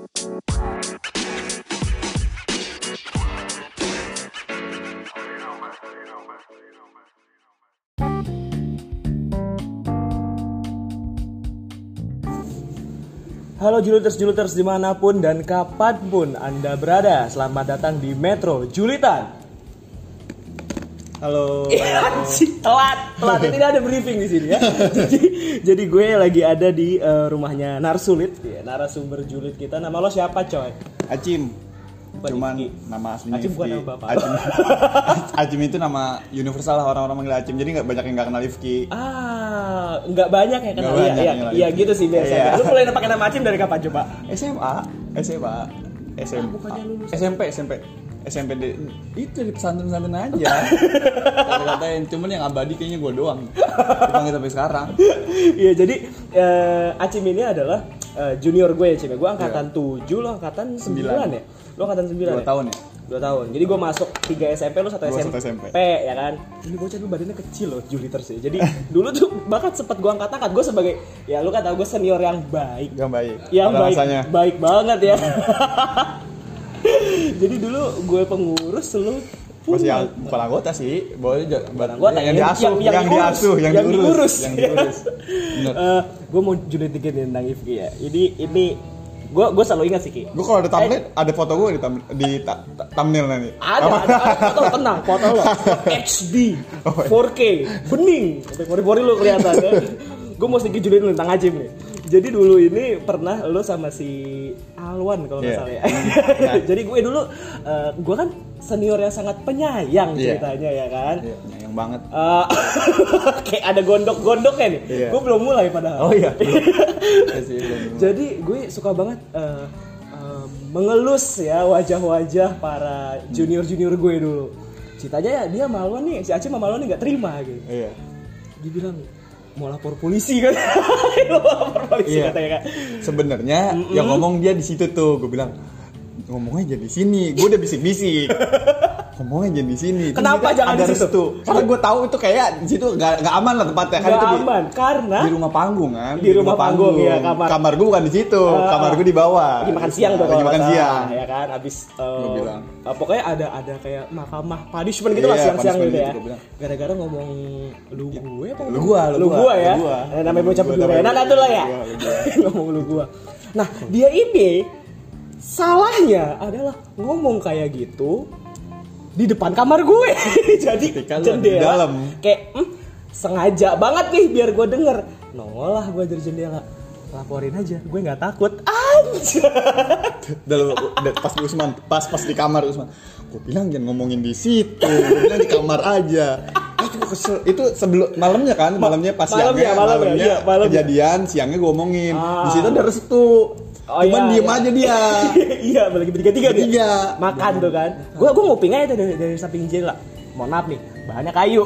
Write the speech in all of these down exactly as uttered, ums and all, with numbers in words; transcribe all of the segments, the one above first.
Halo Juliters-Juliters dimanapun dan kapanpun Anda berada, selamat datang di Metro Julitan. Halo. Anjing, telat, telat. Tidak ada briefing di sini ya. Jadi, jadi gue lagi ada di uh, rumahnya Narsulit, ya, narasumber Julit kita. Nama lo siapa, coy? Acim. Bukan Cuman Ifki. nama aslinya Acim bukan Ifki. nama bapak. Acim. Acim itu nama universal lah, orang-orang manggil Acim. Jadi nggak banyak yang nggak kenal Ifki. Ah, nggak banyak ya kenal. Nggak Iya, banyak iya, yang kenal iya Ifki. gitu sih biasanya. Iya. Lu mulai pakai nama Acim dari kapan coba? S M A, S M A, S M A, bukannya lulus. S M P, S M P, S M P di, itu di pesantren-pesantren aja. Kata-katain, cuman yang abadi kayaknya gue doang. Dipanggil sampai sekarang. Iya, jadi uh, Acim ini adalah uh, junior gue ya, Cim. Gue angkatan Iya. tujuh, lo angkatan sembilan ya? Lo angkatan sembilan Dua ya? tahun ya? Dua tahun. Jadi gue masuk tiga S M P, lo satu Gua S M P, satu S M P. ya kan? Ini bocah dulu badannya kecil loh, Juliters ya. Jadi dulu tuh bahkan sempat gue angkat-angkat. Gue sebagai, ya lu kan tau gue senior yang baik. Gak baik. Yang Ada baik, rasanya. baik banget ya. Jadi dulu gue pengurus, lu Masih yang bukan anggota sih, boleh barang anggota yang diasuh, yang, yang diasuh, yang, yang diurus, diurus. yang diurus. Bener. Uh, gue mau Julit dikit nih tentang Ifki ya. Ini ini gue gue selalu ingat sih Ki. Gue kalau ada thumbnail, ada foto gue di, tam- di ta- ta- thumbnail nanti. Ada, ada, ada foto tenang, foto lo H D, four K, bening, sampai pori-pori lo kelihatan ya. Gue mau sedikit Julit tentang Acim nih. Jadi dulu ini pernah lo sama si Alwan kalau nggak Yeah. salah ya. Yeah. Jadi gue dulu, uh, gue kan senior yang sangat penyayang Yeah. ceritanya ya kan. Iya, yang banget. Uh, kayak ada gondok-gondoknya nih. Yeah. Gue belum mulai padahal. Oh iya. Iya sih, belum. Jadi gue suka banget uh, uh, mengelus ya wajah-wajah para junior-junior gue dulu. Ceritanya ya dia sama Alwan nih, si Acim sama Alwan nih gak terima gitu. Iya. Dia bilang mau lapor polisi kan. Mau lapor polisi Iya. katanya kan. Sebenarnya yang ngomong dia di situ tuh, gue bilang ngomongnya jadi di sini. Gue udah bisik-bisik. Ngomongnya jadi di sini. Terus Kenapa dia jangan ada di situ? restu. Karena gue tahu itu kayak di situ nggak nggak aman lah tempatnya. Kan Gak itu di, aman karena di rumah panggung kan. Di rumah panggung, iya, kamar. Kamar gue bukan di situ. Uh, kamar gue di bawah. lagi makan siang tuh Lagi kalau makan nggak siang. salah, ya kan abis uh, Gua bilang. uh, pokoknya ada ada kayak mahkamah punishment gitu lah Iya, siang-siang punishment gitu gitu, ya. gua bilang. Gara-gara ngomong lu gue apa Lu gua, lu lu gua, gua ya. lu gua. Eh, namanya bocah Lu gua, pedurenan namanya. atuh lah ya. Lu gua, lu gua. Ngomong lu gua. Nah, dia ini salahnya adalah ngomong kayak gitu di depan kamar gue. Jadi Ketika lu ada di jendela dalam. kayak hmm, sengaja banget nih biar gue denger. Nongol lah gue dari jendela. Laporin aja, gue nggak takut. Anjir. Dalam pas di Usman, pas pas di kamar Usman. Gue bilang jangan ngomongin di situ. Gue bilang di kamar aja. Itu kesel. Itu sebelum malamnya kan, malamnya pas Malamnya, siangnya, malamnya, malamnya iya, malamnya. kejadian, siangnya gue ngomongin. Ah. Di situ ada restu. Oh, Cuman iya, diem iya. aja dia. Iya, lagi bertiga-tiga dia. Bertiga. Makan tuh kan. Gua gua nguping aja dari, dari samping jendela. Mohon maaf nih, bahannya kayu.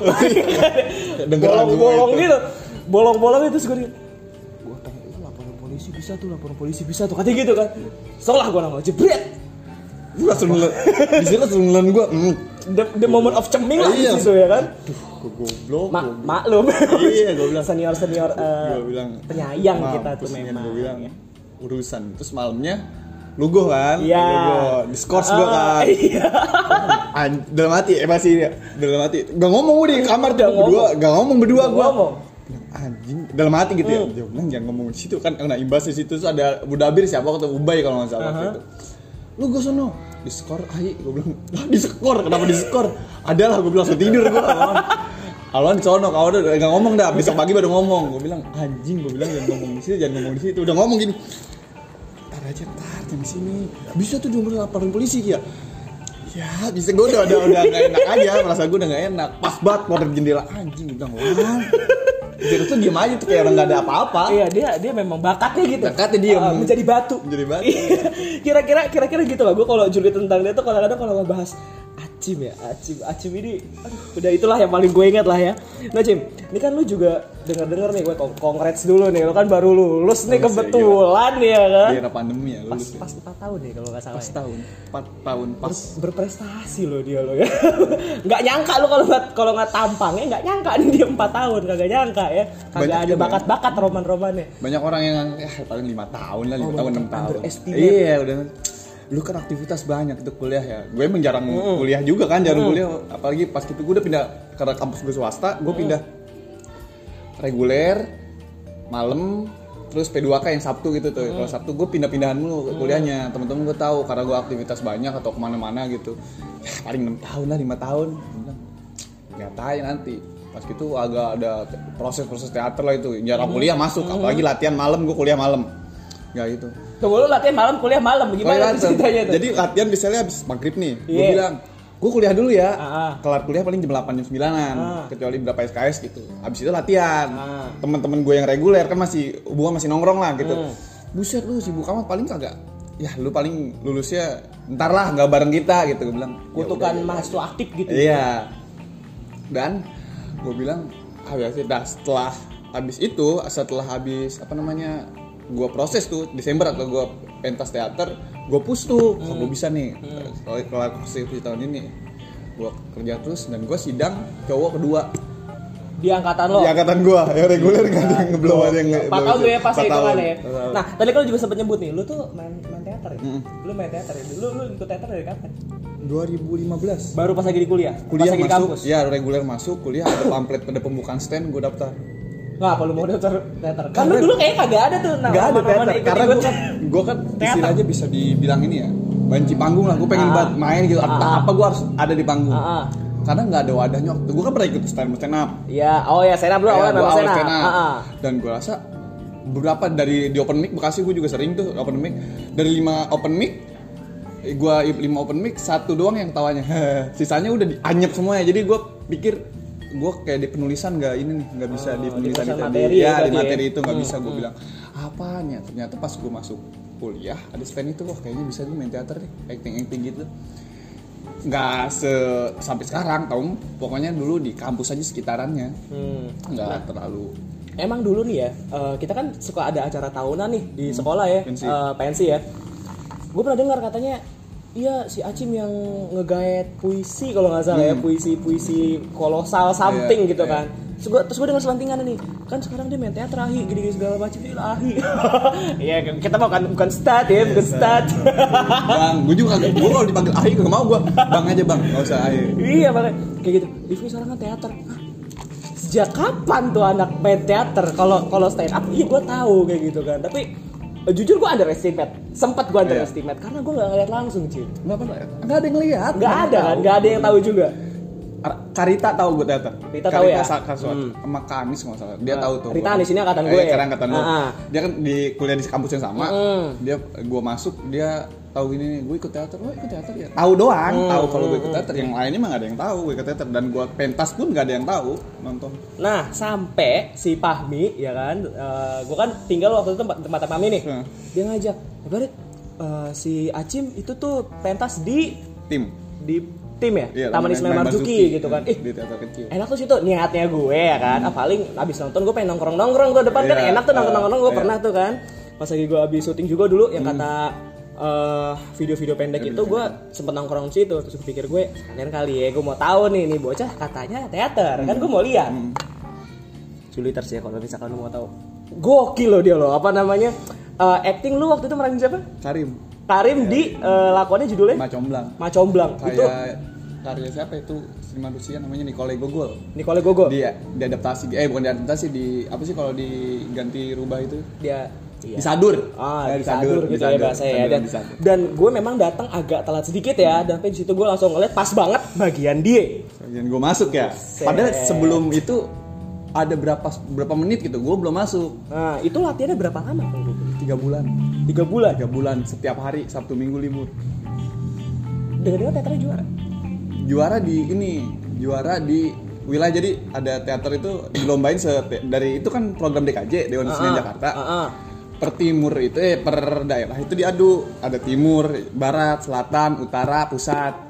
Dengeran Bolong-bolong semua itu. gitu. Bolong-bolong itu terus gue dia, gua tanya itu laporan polisi bisa tuh, laporan polisi bisa tuh. Katanya gitu kan. Seolah gua nangol jebret. Gue langsung ngelen. Di situ langsung ngelen gue. Mm. The, the moment of ceming lah di Iya. situ ya kan. Gue goblok. Ma goblok. maklum. Iya, gua bilang. Senior-senior eh, Gue bilang penyayang maaf, kita tuh terus memang. Gue bilang urusan. Terus malamnya lugu kan? Iya. Lugu. Diskors gue Ah, kan. iya. An- dalam hati eh masih dalam hati gak ngomong gue di kamar Udah tuh berdua gak ngomong berdua Udah gue ngomong. anjing dalam hati gitu ya Hmm. dia bilang jangan ngomong di situ kan kena imbas di situ terus ada Budabir siapa atau Ubay kalau nggak salah Uh-huh. waktu itu lu gue sono diskor ayo gue bilang lah diskor kenapa diskor adalah gue bilang langsung tidur gue Alwan Alwan di sono kau udah gak ngomong dah besok pagi baru ngomong gue bilang anjing gue bilang jangan ngomong di situ jangan ngomong di situ udah ngomong gini tar aja tar jam sini bisa tuh diomongin laporan polisi ya ya bisa gue udah udah udah nggak enak aja merasa gue udah nggak enak pas banget keluar dari jendela anjing udah wah jadi tuh diem aja tuh kayak orang nggak ada apa-apa Iya, dia dia memang bakatnya gitu. Bakatnya dia Ah, menjadi batu. menjadi batu. kira-kira kira-kira gitu lah. Gue kalau Julit tentang dia tuh kadang-kadang kalau ngebahas Acim ya, Acim, Acim ini, aduh, udah itulah yang paling gue ingat lah ya. Nah Cim, ini kan lu juga denger-denger nih, gue congrats dulu nih, lu kan baru lulus nih kebetulan ya kan. Di era pandemi ya Pas, lulus. pas empat tahun nih kalau nggak salah. Pas ya. tahun, empat tahun pas. Ber- berprestasi loh dia lo ya. Nggak nyangka lu kalau nggak kalau nggak tampangnya nggak nyangka nih dia empat tahun, kagak nyangka ya. Kagak Banyak ada juga bakat-bakat roman-romannya. Banyak orang yang ya paling lima tahun lah, lima Oh, tahun, enam tahun. underestimate. Iya, udah. Lu kan aktivitas banyak itu kuliah ya. Gue emang jarang Mm. kuliah juga kan, jarang Mm. kuliah. Apalagi pas itu gue udah pindah karena kampus gue swasta, gue pindah reguler, malam, terus P dua K yang Sabtu gitu tuh. Kalau Sabtu gue pindah-pindahan mulu kuliahnya. Temen-temen gue tahu karena gue aktivitas banyak atau kemana-mana gitu. Ya paling enam tahun lah, lima tahun. Gue bilang, nyatain nanti. Pas gitu agak ada proses-proses teater lah itu. Jarang kuliah masuk, apalagi latihan malam, gue kuliah malam. Ya gitu. Tunggu lu latihan malam, kuliah malam, gimana tuh ceritanya tuh? Jadi latihan biasanya habis maghrib nih. Gue Yeah. bilang, gue kuliah dulu ya. Ah. Kelar kuliah paling jam delapan, jam sembilanan. Ah. Kecuali berapa S K S gitu. Habis itu latihan. Ah. Temen-temen gue yang reguler kan masih hubungan masih nongkrong lah gitu. Hmm. Buset lu sibuk amat paling kagak. Ya lu paling lulusnya ntar lah nggak bareng kita gitu. Gue bilang. "Ya Kutukan udah, mahasiswa aktif gitu. Iya. Dan gue bilang, ah biasa dah setelah habis itu, setelah habis apa namanya, gue proses tuh Desember atau gue pentas teater, gue push tuh, hmm. oh, gue bisa nih, kalau hmm. kelar skripsi tahun ini, gue kerja terus dan gue sidang cowok kedua. Di angkatan lo? Di angkatan gue, yang reguler kan nah, yang belum ada yang empat tahun tuh ya pas itu kan ya. Tahun. Nah tadi kan juga sempat nyebut nih, lu tuh main, main teater ya? Mm. Lu main teater ya? Lu, lu ikut teater dari kapan? dua ribu lima belas. Baru pas lagi di kuliah? Kuliah pas lagi masuk, di kampus? ya reguler masuk, kuliah ada pamflet pada pembukaan stand, gue daftar. Nggak, apa lu mau daftar teater? Kan lu dulu kayaknya kagak ada tuh. Nah, Gak ada teater, karena gue kan, gue kan teater. istilahnya bisa dibilang ini ya, banci panggung lah, gue pengen Ah. banget main gitu, Ah. entah apa gue harus ada di panggung. Ah, ah. Karena nggak ada wadahnya waktu gue kan pernah ikut stand stand up. Iya, oh ya stand up dulu Ya, awalnya gua memang awal stand up. stand up. Ah, ah. Dan gue rasa beberapa dari di open mic Bekasi gue juga sering tuh open mic, dari lima open mic gue lima open mic satu doang yang tawanya, sisanya udah dianyep semuanya. Jadi gue pikir gue kayak di penulisan nggak ini nih nggak bisa Oh, di penulisan di itu materi di, ya ya, di materi ya? itu nggak Hmm, bisa. Gue hmm. bilang apanya, ternyata pas gue masuk kuliah ada stand itu, wah kayaknya bisa gue main teater deh, acting acting gitu. Nggak se sampai sekarang tau, pokoknya dulu di kampus aja sekitarannya, Hmm. nggak terlalu. Emang dulu nih ya, uh, kita kan suka ada acara tahunan nih di sekolah ya, pensi. uh, pensi ya. Gue pernah dengar katanya, iya si Acim yang ngegaet puisi kalau nggak salah ya, Hmm. puisi-puisi kolosal something Iya, gitu iya. kan. Terus gue terus gue dengar selentingan nih, kan sekarang dia main teater ahi, gini-gini segala macam dia ahi. Iya, kita mau kan bukan stat ya, bukan stat. Bang, gue juga kagak, gue kalau dipanggil Ahi gak mau gue, bang aja bang, gak usah Ahi. Iya makanya kayak gitu. Rifki sekarang kan teater. Hah? Sejak kapan tuh anak main teater? Kalau kalau stand up, iya gue tahu kayak gitu kan. Tapi eh, jujur gue underestimate. Sempat gue underestimate karena gue nggak ngeliat langsung sih. Gak apa, gak ada yang lihat. Nggak ada kan? Nggak ada yang tahu juga. Karita tahu gue teater. Rita tahu ya? Kasuat, Hmm. sama Kamis nggak salah. Dia Uh, tahu tuh. Rita gua. di sini angkatan Eh, gue. Sekarang angkatan gue. Ah, ah. Dia kan di kuliah di kampus yang sama. Hmm. Dia gue masuk, dia tahu ini nih, gue ikut teater. Oh ikut teater ya. Tahu doang. Hmm, Tahu kalau gue hmm, ikut teater. Yang lainnya mah nggak ada yang tahu gue ikut teater. Dan gue pentas pun nggak ada yang tahu nonton. Nah sampai si Pahmi ya kan, uh, gue kan tinggal waktu itu tempat tempat Pahmi nih. Hmm. Dia ngajak, Barit, uh, si Acim itu tuh pentas di Tim. di tim ya, Iya, Taman main- Ismail main Marzuki Marzuki, gitu kan. Ih, di teater kecil. enak tuh situ niatnya gue ya kan. Ah, paling abis nonton gue pengen nongkrong nongkrong tuh depan kan Iya, enak tuh nongkrong nongkrong gue iya. pernah tuh kan. Pas lagi gue abis syuting juga dulu yang kata eh, video-video pendek itu gue sempet nongkrong di situ. Terus gue pikir gue lain kali ya gue mau tahu nih nih bocah katanya teater kan gue mau lihat. Suliters ya kalau misalkan lu mau tahu. Gokil loh dia loh apa namanya eh, acting lu waktu itu meranin siapa? Karim. Karim di eh, lakonnya judulnya Macomblang. Macomblang. Itu Kayak karya siapa itu seniman Rusia namanya Nikolai Gogol. Nikolai Gogol. Dia diadaptasi eh bukan diadaptasi di apa sih kalau diganti rubah itu? Dia iya. Disadur. Ah, Eh, disadur, gitu disadur, ya bahasanya ya. disadur, Dan, disadur. dan gue memang datang agak telat sedikit ya. Dan di situ gue langsung ngeliat pas banget bagian dia. Bagian gue masuk ya. Buset. Padahal sebelum itu ada berapa berapa menit gitu, gue belum masuk. Nah itu latihannya berapa lama Kang Gogol? Tiga bulan. Tiga bulan. Tiga bulan setiap hari Sabtu Minggu libur. Dengar-dengar teaternya juara. Juara di ini, juara di wilayah, jadi ada teater itu dilombain se- dari itu kan program D K J Dewan Kesenian Ah, Jakarta. ah, ah. Per timur itu eh per daerah itu diadu, ada timur, barat, selatan, utara, pusat.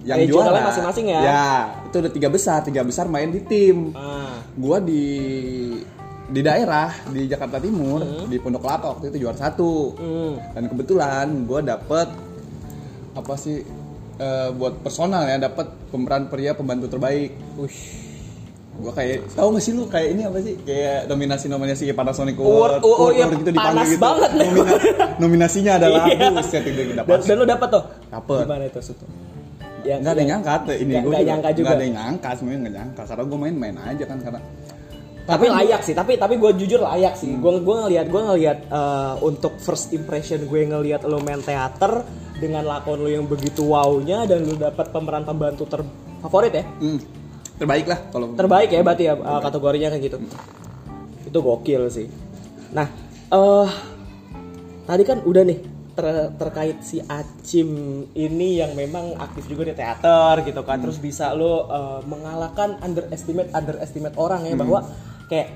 yang regionalnya juara masing-masing ya. Ya, itu udah tiga besar, tiga besar main di tim. Ah. Gua di di daerah di Jakarta Timur, hmm. di Pondok Kelapa waktu itu juara satu. Hmm. Dan kebetulan gua dapet apa sih uh, buat personal ya, dapet pemeran pria pembantu terbaik. Ush. Gua kayak tahu nggak sih lu kayak ini apa sih kayak nominasi-nominasi kayak Panasonic Award, oh, oh, oh, award gitu panas dipanggil gitu. Banget Nomina, nominasinya adalah iya. aku setting dapat. Dan, dan lu dapat tuh? Dapat. Gimana itu situ? Ya, nggak ada yang nyangka ini gue juga nyangka juga. Nggak ada yang nyangka sebenarnya nggak nyangka karena gue main-main aja kan karena. Tapi layak sih, tapi tapi gue jujur layak sih. Gue hmm. gue ngelihat gue ngelihat uh, untuk first impression gue ngelihat lo main teater dengan lakon lo yang begitu wownya dan lo dapat pemeran pembantu terfavorit ya. Hmm. Terbaik lah kalau terbaik ya berarti ya uh, kategorinya kayak gitu. Hmm. Itu gokil sih. Nah, uh, tadi kan udah nih ter- terkait si Acim ini yang memang aktif juga di teater gitu kan. Hmm. Terus bisa lo uh, mengalahkan underestimate underestimate orang ya hmm. bahwa kayak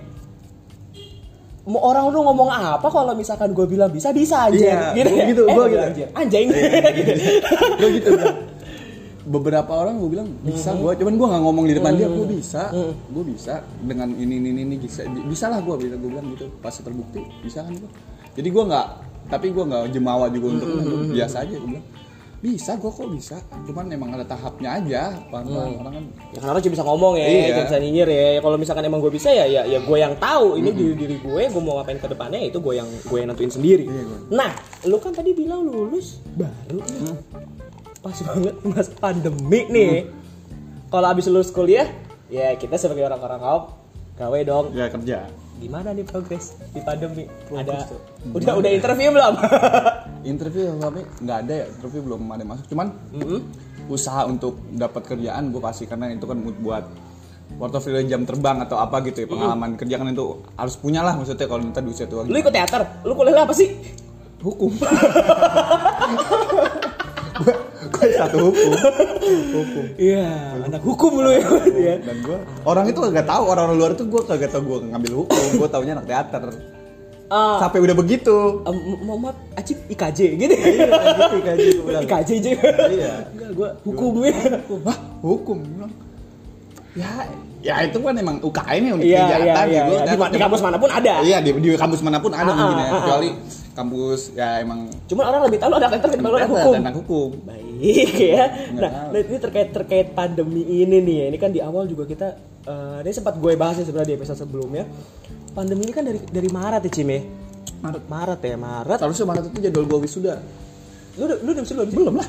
mau orang lu ngomong apa kalau misalkan gue bilang bisa bisa aja iya, gitu ya. Gitu, eh, gue gitu. Anjir. Anjing. Gue gitu. Beberapa orang gue bilang bisa mm-hmm. gue, cuman gue nggak ngomong di depan mm-hmm. dia, gue bisa, mm-hmm. gue bisa dengan ini ini ini bisa, bisa lah gue bilang gue bilang gitu, pas terbukti bisa kan gue. Jadi gue nggak, tapi gue nggak jemawa juga untuk mm-hmm. biasa aja gue bilang bisa gue kok bisa, cuman emang ada tahapnya aja, pelan-pelan mm. orang kan. Ya kan orang cuma bisa ngomong ya, iya. cuma bisa nyinyir ya. Kalau misalkan emang gue bisa ya, ya, ya gue yang tahu ini mm-hmm. diri diri gue, gue mau ngapain ke depannya itu gue yang gue yang nentuin sendiri. Iya, nah, lu kan tadi bilang lulus baru. Mm. Pas banget mas pandemi nih. Hmm. Kalau abis lulus kuliah, ya kita sebagai orang-orang kaum gawe dong. Ya kerja. Gimana nih progres di pandemi? Progress ada tuh. udah udah interview belum? Interview kami nggak ada ya, interview belum ada masuk. Cuman mm-hmm. usaha untuk dapat kerjaan gue pasti karena itu kan buat portofolio jam terbang atau apa gitu ya, pengalaman mm-hmm. kerja kan itu harus punya lah maksudnya kalau nanti di usia tua. Lu ikut teater? Lu kuliah apa sih? Hukum. Gue satu hukum, hukum. Iya, anak hukum lu ya. ya. Dan gue orang itu kagak tahu, orang luar itu gue kagak tahu gue ngambil hukum, gue taunya anak teater. Uh, Sampai udah begitu. Uh, Muhammad Acip I K J gitu. Iya, gitu I K J gue bilang. I K J aja. Iya. Enggak, gue hukum ya. Hah, hukum bilang. Ya, ya itu kan emang U K M ya untuk iya, kegiatan iya, gitu. Iya, di, di kampus manapun ada. Iya, di, di kampus manapun ada ah, mungkin ya. Ah, kecuali kampus ya emang. Cuma orang lebih tahu ada teater ketimbang ada hukum. Tentang hukum. Baik ya. Nah, nah, ini terkait terkait pandemi ini nih ya. Ini kan di awal juga kita uh, ini sempat gue bahas ya sebenarnya di episode sebelumnya. Pandemi ini kan dari dari Maret ya, Cime. Maret Maret ya, Maret. Harusnya Maret itu jadwal gue wisuda. Lu udah lu udah wisuda belum lah.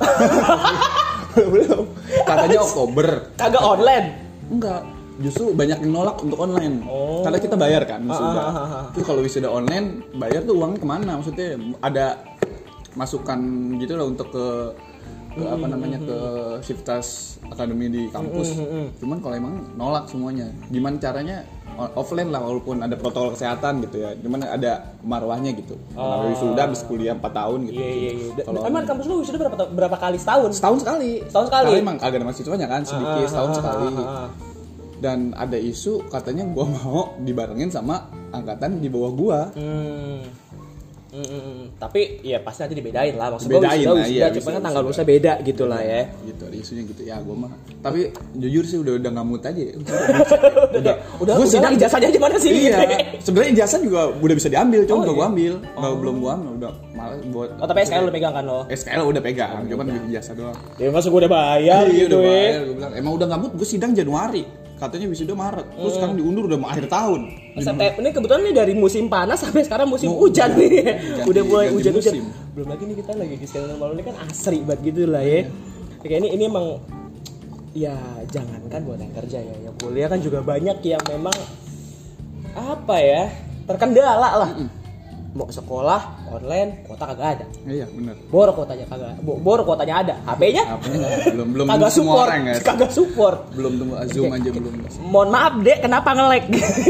Belum. Katanya Oktober. Kagak online. Enggak. Justru banyak yang nolak untuk online. Oh. Karena kita bayar kan wisuda. Ah, ah, ah, ah. Itu kalau wisuda online bayar tuh uangnya kemana? Maksudnya ada masukan gitu loh untuk ke ke apa namanya ke Civitas Akademi di kampus. Cuman kalau emang nolak semuanya. Gimana caranya offline lah walaupun ada protokol kesehatan gitu ya. Cuman ada marwahnya gitu. Kalau oh. wisuda habis kuliah empat tahun gitu. Iya iya iya. Kalau emang kampus lu wisuda berapa berapa kali setahun? Setahun sekali. Setahun sekali. Karena emang kagak ada mahasiswanya kan sedikit ah, setahun ah, sekali. Ah, ah. Dan ada isu katanya gua mau dibarengin sama angkatan di bawah gua. Hmm. Hmm, tapi ya pasti nanti dibedain lah maksudnya bedain gua lah iya, cuma kan tanggal lulusnya beda gitu lah ya. Gitu ada isunya gitu ya gua mah. Tapi jujur sih udah udah nggak mood aja. udah udah udah gua sidang ijazahnya di mana sih? Iya. Sebenarnya ijazah juga udah bisa diambil, cuma oh, iya? gua ambil. Enggak oh. belum gua ambil, udah malah buat. Oh, tapi S K L udah pegang kan lo? S K L udah pegang, cuma ijazah doang. Ya masa gua udah bayar iya, gitu udah ya. Bayar, gua bilang emang udah nggak mood, gua sidang Januari. Katanya wisuda Maret, terus hmm. sekarang diundur udah mau akhir tahun. Sampai ini kebetulan nih dari musim panas sampai sekarang musim oh, hujan nih. Hujan, udah mulai hujan-hujan. Belum lagi nih kita lagi di sekitar malu ini kan asri banget gitu lah ya. Kayak ini ini emang ya jangankan buat yang kerja ya, yang kuliah kan juga banyak yang memang apa ya terkendala lah. Mm-mm. Mau sekolah online kuota kagak ada. Iya benar. Bor kuotanya kagak. Bor kuotanya ada. H P-nya? H P-nya belum belum kagak support. Orang, ya. Kagak support. Belum tunggu Zoom aja belum. Mohon maaf Dek, kenapa nge-lag?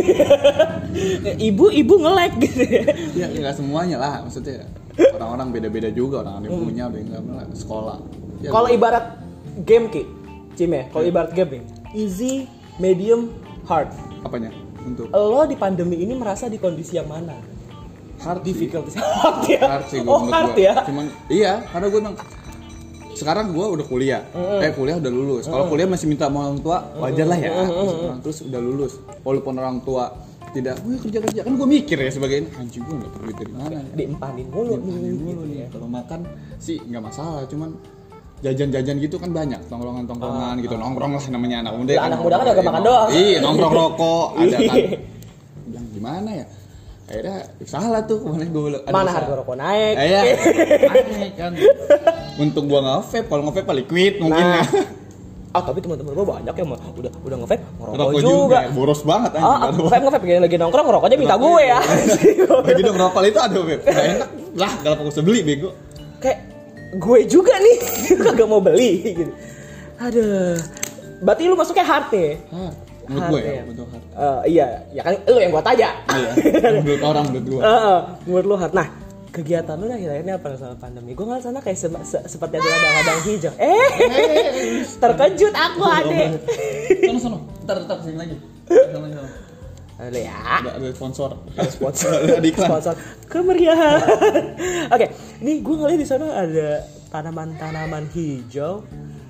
Ibu-ibu nge-lag gitu. Ya enggak semuanya lah maksudnya. Orang-orang beda-beda juga, orang ada yang punya, ada yang enggak sekolah. Ya, kalau ibarat game Ki, Cime, kalau ibarat game nih, easy, medium, hard. Apanya? Untuk lo di pandemi ini merasa di kondisi yang mana? Hard difficult sih. Hard ya. Hard sih oh hard gua. ya. Cuman iya, karena gue bilang sekarang gue udah kuliah, mm. eh kuliah udah lulus. Kalau mm. kuliah masih minta sama orang tua, wajar lah ya. Mm. Terus udah lulus, walaupun orang tua tidak, gue kerja kerja kan gue mikir ya sebagai anjing gue nggak perlu dari mana. Diempanin mulu, diempanin mulu nih. Kalau makan sih nggak masalah, cuman jajan-jajan gitu kan banyak, tongkrongan-tongkrongan ah, gitu, ah. nongkrong lah namanya anak muda. Ya, kan anak muda kan agak makan doang. Iya, nongkrong rokok, ada kan. Bilang gimana ya? Akhirnya salah tuh kemarin gue bilang. Mana harga rokok naik? Iya, naik kan. Untung gue nge-vape, kalau nge-vape liquid mungkin nah. ya. Ah tapi teman-teman gue banyak yang udah udah nge-vape ngerokok rokok juga. juga. Boros banget aja. Ah, nge-vape nge-vape lagi, lagi nongkrong ngerokoknya minta gue ya. Lagi dong ngerokok itu ada vape. Enggak enak. Lah, kalau aku usah beli bego. Kayak gue juga nih kagak mau beli gitu. Aduh. Berarti lu masuknya hard nih. Hard. Menurut gue ya, menurut hard. Uh, iya, ya kan lu yang gue tanya. Iya. Menurut orang menurut gue. Heeh, uh, menurut lu hard. Nah, kegiatan lu akhir-akhirnya apa selama pandemi? Gue ngeliat sana kayak se- se- seperti ada ladang-ladang hijau. Eh, terkejut aku adek. Sono sono, ntar ntar sini lagi. Sono sono. Ada ya. Ada, ada sponsor. Ada sponsor. Ada iklan. Sponsor kemeriahan. Oke, okay. Ini gue ngeliat di sana ada tanaman-tanaman hijau.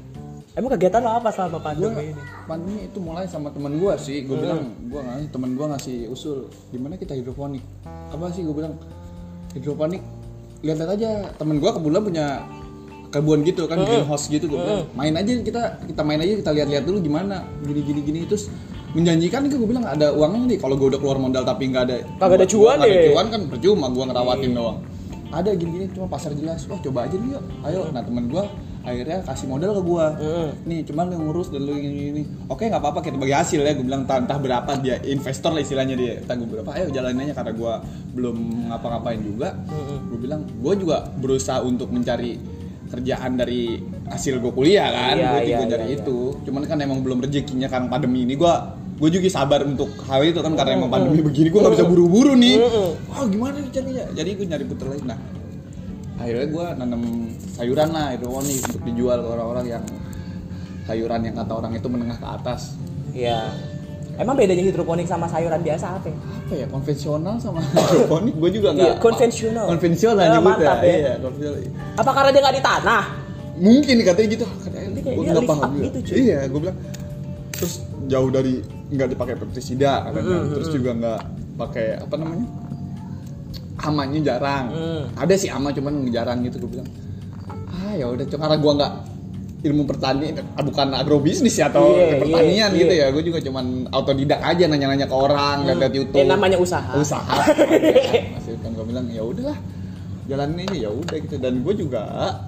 Emang kegiatan lo apa selama pandemi ini? Pandemi itu mulai sama teman gue sih. Gue hmm. bilang, gue ngasih teman gue ngasih usul, gimana kita hidroponik? Apa sih gue bilang? Hidroponik, lihat aja temen gue kebetulan punya kebun gitu kan, mm. greenhouse gitu gue bilang, main aja kita kita main aja kita lihat-lihat dulu gimana gini gini gini terus menjanjikan itu gue bilang ada uangnya nih kalau gue udah keluar modal tapi nggak ada kagak ada cuan deh, ada cuan kan percuma gue ngerawatin mm. doang. Ada gini-gini cuma pasar jelas, wah coba aja dulu yuk, ayo. Nah temen gue akhirnya kasih modal ke gue, mm. nih cuman lu ngurus dan lu gini-gini, oke nggak apa-apa kita bagi hasil ya, gue bilang entah berapa dia investor lah istilahnya dia, entah gue berapa, ayo jalanin aja karena gue belum ngapa-ngapain juga, mm. gue bilang gue juga berusaha untuk mencari kerjaan dari hasil gue kuliah kan, iya, gue iya, tinggal dari iya, itu, iya. Cuman kan emang belum rezekinya karena pandemi ini gue gue juga sabar untuk hal itu kan karena emang pandemi begini gue nggak bisa buru-buru nih, oh gimana nih caranya, jadi gue nyari puter lain. Nah akhirnya gue nanam sayuran lah hidroponik untuk dijual ke orang-orang yang sayuran yang kata orang itu menengah ke atas. Iya. Emang bedanya hidroponik sama sayuran biasa apa? Apa ya, konvensional sama hidroponik gue juga nggak. Iya, konvensional. Konvensional ya, nyebutnya. Ya. Iya, konvensional. Apa karena dia nggak di tanah? Mungkin katanya gitu. Katanya gue nggak paham juga. Itu, iya, gue bilang. Terus jauh dari nggak dipakai pestisida katanya. Mm-hmm. Terus juga nggak pakai apa namanya? Amanya jarang. Mm. Ada sih ama cuman jarang gitu gue bilang. Ah ya udah karena gue nggak ilmu pertanian, bukan agrobisnis ya atau yeah, pertanian yeah, gitu yeah. ya. Gue juga cuman autodidak aja nanya-nanya ke orang, hmm. lihat YouTube. Yang namanya usaha. Usaha. Masih kan gue bilang ya udahlah, jalanin aja ya udah gitu. Dan gue juga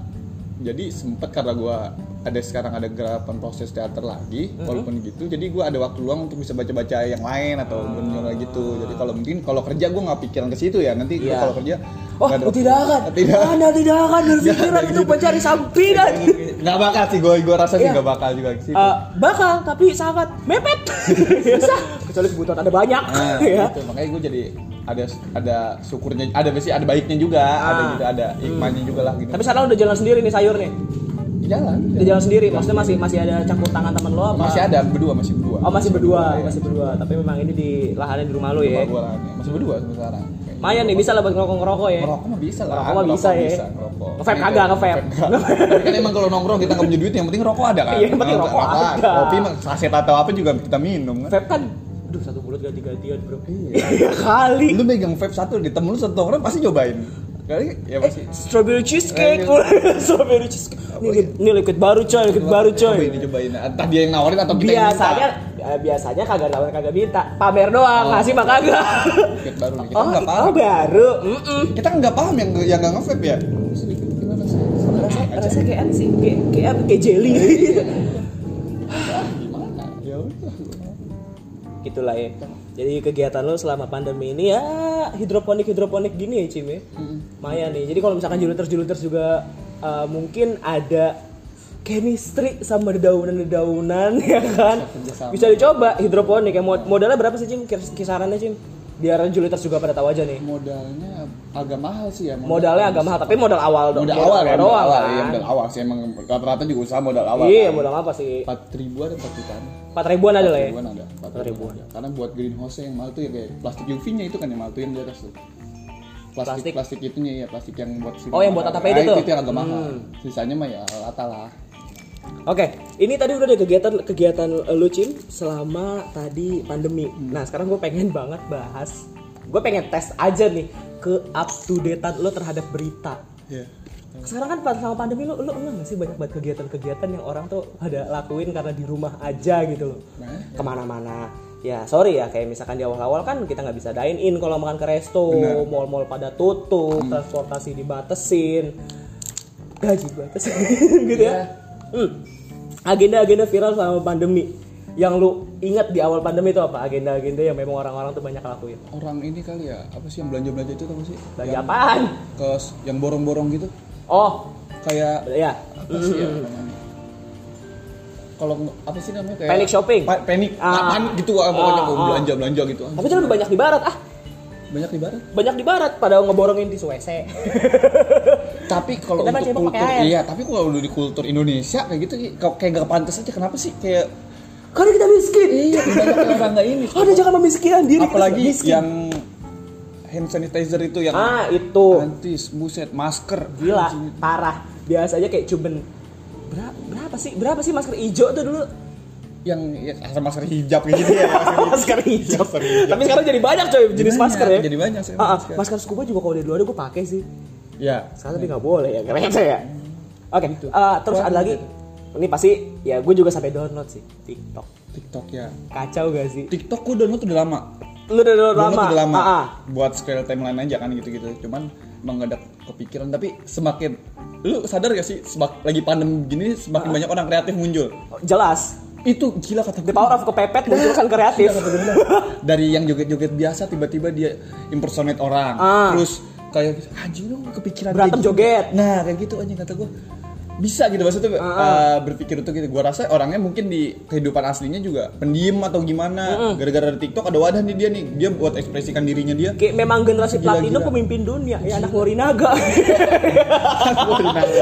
jadi sempet karena gue ada sekarang ada gerakan proses teater lagi, mm-hmm. walaupun gitu. Jadi gue ada waktu luang untuk bisa baca-baca yang lain atau hmm. bener gitu. Jadi kalau mungkin kalau kerja gue nggak pikiran ke situ ya. Nanti yeah. kalau kerja oh, oh tidak akan, tidak. Anda tidak akan berpikiran untuk gitu. Mencari sampingan. Nggak bakal sih, gue gue rasa sih nggak yeah. bakal juga sih. Uh, bakal, tapi sangat mepet. Susah. Kecuali kebutuhan ada banyak. Nah, ya. Gitu. Makanya gue jadi ada ada syukurnya, ada sih ada baiknya juga, ah. ada gitu, ada hikmahnya hmm. juga lah gitu. Tapi sekarang udah jalan sendiri nih sayur nih. Jalan, jalan. jalan sendiri, maksudnya masih masih ada campur tangan teman lo apa? Masih ada, berdua, masih berdua. Oh masih berdua, ya. masih berdua. Tapi memang ini di lahannya di rumah lo ya? Rumah gua lahannya, masih berdua sampai sekarang. Mayan nih, bisa lah buat ngerokok-ngerokok ya? Ngerokok mah bisa lah. Ngerokok mah bisa ya? Ngerokok. Nge-vape kagak, nge-vape. Tapi kan emang kalau nongkrong kita nggak punya duit, yang penting rokok ada kan? Iya, yang penting rokok ada. Kopi mah saset atau apa juga kita minum kan? Vape kan, aduh satu mulut ganti-gantian bro. Iya kali. Lu megang vape satu, di temen lu satu nongkrong pasti cobain. Kali ya masih eh, strawberry cheesecake, eh, strawberry cheesecake. Ini, ini liquid baru coy, liquid baru coy. Cobain, cobain. Entah dia yang nawarin atau kita biasanya, yang minta. Biasanya kagak nawarin kagak minta, pamer doang, oh, ngasih mah kagak. Liquid baru, kita oh, nggak paham. Oh baru, Mm-mm. kita nggak paham yang yang nggak nge-vape ya. Gimana sih? Rasa, rasanya kayak apa sih? Kayak kayak apa? Kayak jelly. Gimana? Ya udah. Gitulah ya. Jadi kegiatan lo selama pandemi ini ya hidroponik hidroponik gini ya Cim ya. Mm-hmm. Maya nih. Jadi kalau misalkan juluters juluters juga uh, mungkin ada chemistry sama dedaunan-dedaunan ya kan. Bisa dicoba hidroponik ya. Modalnya berapa sih Cim? Kisarannya Cim? Biar juluters juga pada tahu aja nih. Modalnya agak mahal sih ya. Modal Modalnya agak mahal tapi modal awal dong. Modal, modal awal ya. Modal awal, kan? Iya, modal awal sih emang rata-rata juga usaha modal awal. Iya, kan? modal apa sih? empat ribuan atau empat jutaan. empat ribuan ada lah ya? empat ribuan ada. empat ribuan ada. Karena buat greenhouse yang mahal tuh ya kayak plastik U V-nya itu kan yang mahal tuh yang di atas tuh. plastik plastik itunya ya, plastik yang buat sini. Oh, yang buat A T P itu nah, tuh? Itu yang agak mahal. Hmm. Sisanya mah ya rata lah. Oke, ini tadi udah ada kegiatan kegiatan lu Cim selama tadi pandemi. Hmm. Nah sekarang gue pengen banget bahas, gue pengen tes aja nih ke up to date-an lo terhadap berita. Yeah. Sekarang kan pas sama pandemi lo lo enggak sih banyak banget kegiatan-kegiatan yang orang tuh pada lakuin karena di rumah aja gitu loh. Nah. Kemana-mana. Ya sorry ya, kayak misalkan di awal-awal kan kita nggak bisa dine in kalau makan ke resto, bener. Mall-mall pada tutup, hmm. transportasi dibatesin, gaji dibatesin gitu ya. Hmm. Agenda-agenda viral selama pandemi yang lu ingat di awal pandemi itu apa? Agenda-agenda yang memang orang-orang tuh banyak lakuin. Orang ini kali ya, apa sih yang belanja-belanja itu tau sih? Belanja apaan? Ke yang borong-borong gitu. Oh, kayak ya. Apa sih ya namanya? Kalau apa sih namanya kayak panic shopping. Pa- panic, ah. panik gitu ah, pokoknya ah, ah. belanja-belanja gitu. Tapi itu lebih banyak di barat ah. Banyak di barat? Banyak di barat pada ngeborongin tisu W C. Tapi kalau untuk kultur iya, tapi kalau udah di kultur Indonesia kayak gitu kayak gak pantas aja. Kenapa sih kayak karena kita miskin. Iya, banyak orang enggak ini. Ada jangan memiskinkan diri. Apalagi yang hand sanitizer itu yang ah itu antis, buset, masker. Gila, anjing. Parah. Biasanya kayak cuman berapa, berapa sih? Berapa sih masker hijau tuh dulu? Yang ya, asal masker hijab gitu ya. Masker hijab. Tapi sekarang jadi banyak coy jenis banyak, masker ya. Jadi banyak sih. Ah, masker. masker scuba juga kalau dari dulu ada gue pakai sih. Ya. Sekarang tapi nggak boleh ya, keren saya. Oke. Okay, uh, terus ada lagi. Ini pasti ya gue juga sampai download sih TikTok. TikTok ya. Kacau gak sih? TikTok gue download udah lama. Lu udah download lama? Udah lama. Ah, ah. Buat scroll timeline aja kan gitu-gitu. Cuman emang gak ada kepikiran. Tapi semakin lu sadar gak sih semak, lagi pandemi gini semakin ah. banyak orang kreatif muncul. Jelas. Itu gila kata gue. The power of kepepet munculkan kreatif. Dari yang joget-joget biasa tiba-tiba dia impersonate orang. Ah. Terus kayak anjing lu kepikiran berantem joget. Nah, kayak gitu anjing kata gue. Bisa gitu maksudnya uh, uh, berpikir untuk gitu. Gua rasa orangnya mungkin di kehidupan aslinya juga pendiam atau gimana. Uh-uh. Gara-gara di TikTok ada wadah nih dia nih. Dia buat ekspresikan dirinya dia. Kayak memang generasi platinum pemimpin dunia. Ya anak Morinaga. Anak Morinaga.